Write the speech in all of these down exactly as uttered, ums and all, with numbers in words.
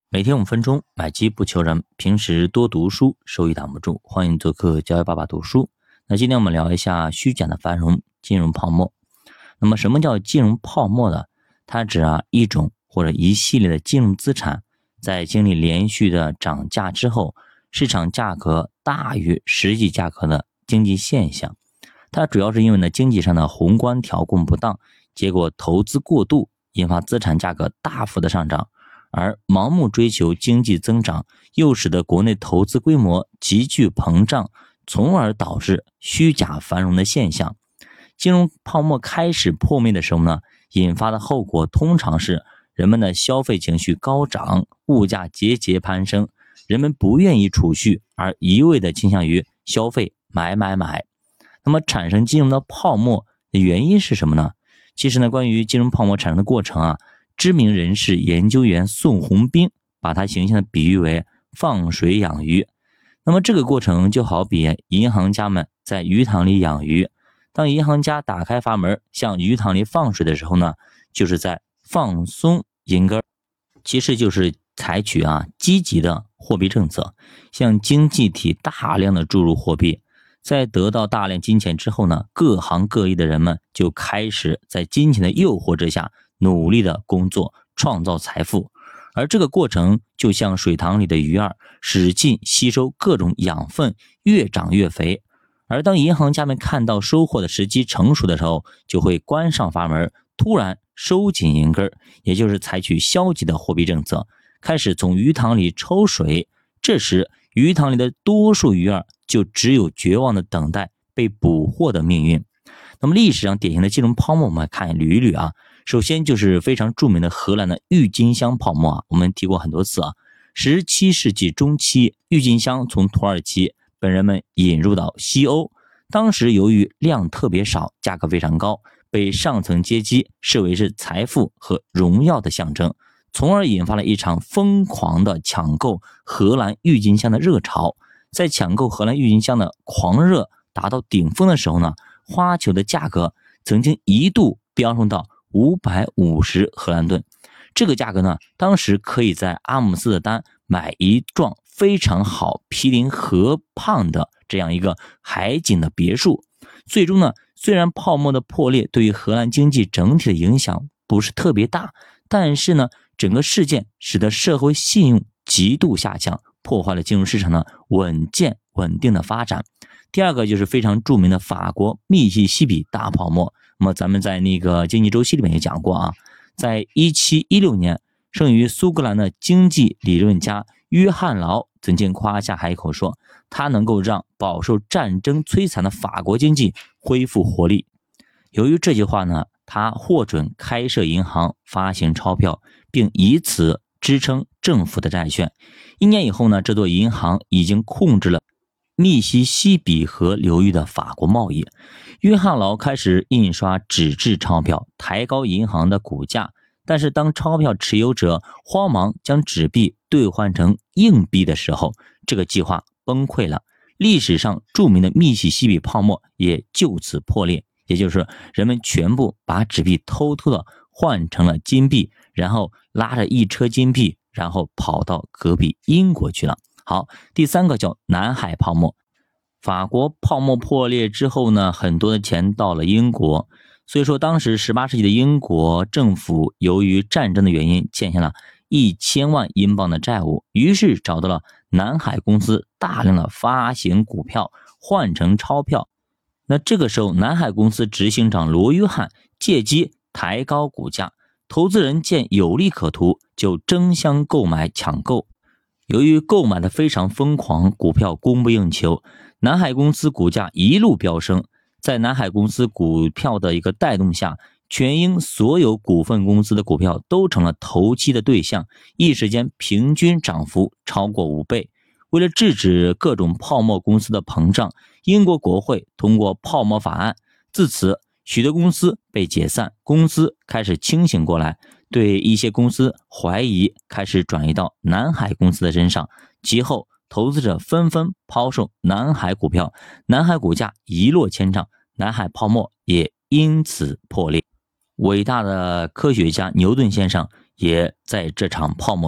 每天五分钟，买基不求人。平时多读书，收益挡不住。欢迎做客教育爸爸读书。那今天我们聊一下虚假的繁荣，金融泡沫。那么什么叫金融泡沫呢？它指啊一种或者一系列的金融资产在经历连续的涨价之后，市场价格大于实际价格的经济现象。它主要是因为呢经济上的宏观调控不当，结果投资过度，引发资产价格大幅的上涨。而盲目追求经济增长，又使得国内投资规模急剧膨胀，从而导致虚假繁荣的现象。金融泡沫开始破灭的时候呢，引发的后果通常是人们的消费情绪高涨，物价节节攀升，人们不愿意储蓄，而一味的倾向于消费买买买。那么产生金融的泡沫的原因是什么呢？其实呢，关于金融泡沫产生的过程啊，知名人士研究员宋鸿兵把它形象的比喻为放水养鱼。那么这个过程就好比银行家们在鱼塘里养鱼，当银行家打开阀门向鱼塘里放水的时候呢，就是在放松银根，其实就是采取啊积极的货币政策，向经济体大量的注入货币。在得到大量金钱之后呢，各行各业的人们就开始在金钱的诱惑之下努力的工作，创造财富。而这个过程就像水塘里的鱼儿，使劲吸收各种养分，越长越肥。而当银行家们看到收获的时机成熟的时候，就会关上阀门，突然收紧银根，也就是采取消极的货币政策，开始从鱼塘里抽水。这时鱼塘里的多数鱼儿就只有绝望的等待被捕获的命运。那么历史上典型的金融泡沫我们看捋一捋啊。首先就是非常著名的荷兰的郁金香泡沫啊，我们提过很多次啊。十七世纪中期，郁金香从土耳其本人们引入到西欧，当时由于量特别少，价格非常高，被上层阶级视为是财富和荣耀的象征，从而引发了一场疯狂的抢购荷兰郁金香的热潮。在抢购荷兰郁金香的狂热达到顶峰的时候呢，花球的价格曾经一度飙升到五百五十荷兰盾。这个价格呢，当时可以在阿姆斯特丹买一幢非常好、毗邻河畔的这样一个海景的别墅。最终呢，虽然泡沫的破裂对于荷兰经济整体的影响不是特别大，但是呢，整个事件使得社会信用极度下降，破坏了金融市场的稳健稳定的发展。第二个就是非常著名的法国密西西比大泡沫。那么咱们在那个经济周期里面也讲过啊，在一七一六年，生于苏格兰的经济理论家约翰劳曾经夸下海口说，他能够让饱受战争摧残的法国经济恢复活力。由于这句话呢，他获准开设银行，发行钞票，并以此支撑政府的债券。一年以后呢，这座银行已经控制了密西西比河流域的法国贸易。约翰劳开始印刷纸质钞票，抬高银行的股价，但是当钞票持有者慌忙将纸币兑换成硬币的时候，这个计划崩溃了。历史上著名的密西西比泡沫也就此破裂，也就是人们全部把纸币偷偷的换成了金币，然后拉着一车金币，然后跑到隔壁英国去了。好，第三个叫南海泡沫。法国泡沫破裂之后呢，很多的钱到了英国，所以说当时十八世纪的英国政府由于战争的原因欠下了一千万英镑的债务，于是找到了南海公司，大量的发行股票换成钞票。那这个时候南海公司执行长罗约翰借机抬高股价，投资人见有利可图，就争相购买抢购。由于购买的非常疯狂，股票供不应求，南海公司股价一路飙升。在南海公司股票的一个带动下，全英所有股份公司的股票都成了投机的对象，一时间平均涨幅超过五倍。为了制止各种泡沫公司的膨胀，英国国会通过泡沫法案，自此许多公司被解散，公司开始清醒过来，对一些公司怀疑开始转移到南海公司的身上，其后投资者纷纷抛售南海股票，南海股价一落千丈，南海泡沫也因此破裂。伟大的科学家牛顿先生也在这场泡沫中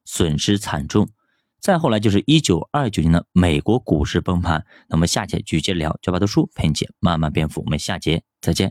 损失惨重。再后来就是一九二九年的美国股市崩盘。那么下节继续接着聊，教爸读书陪你慢慢变富，我们下节再见。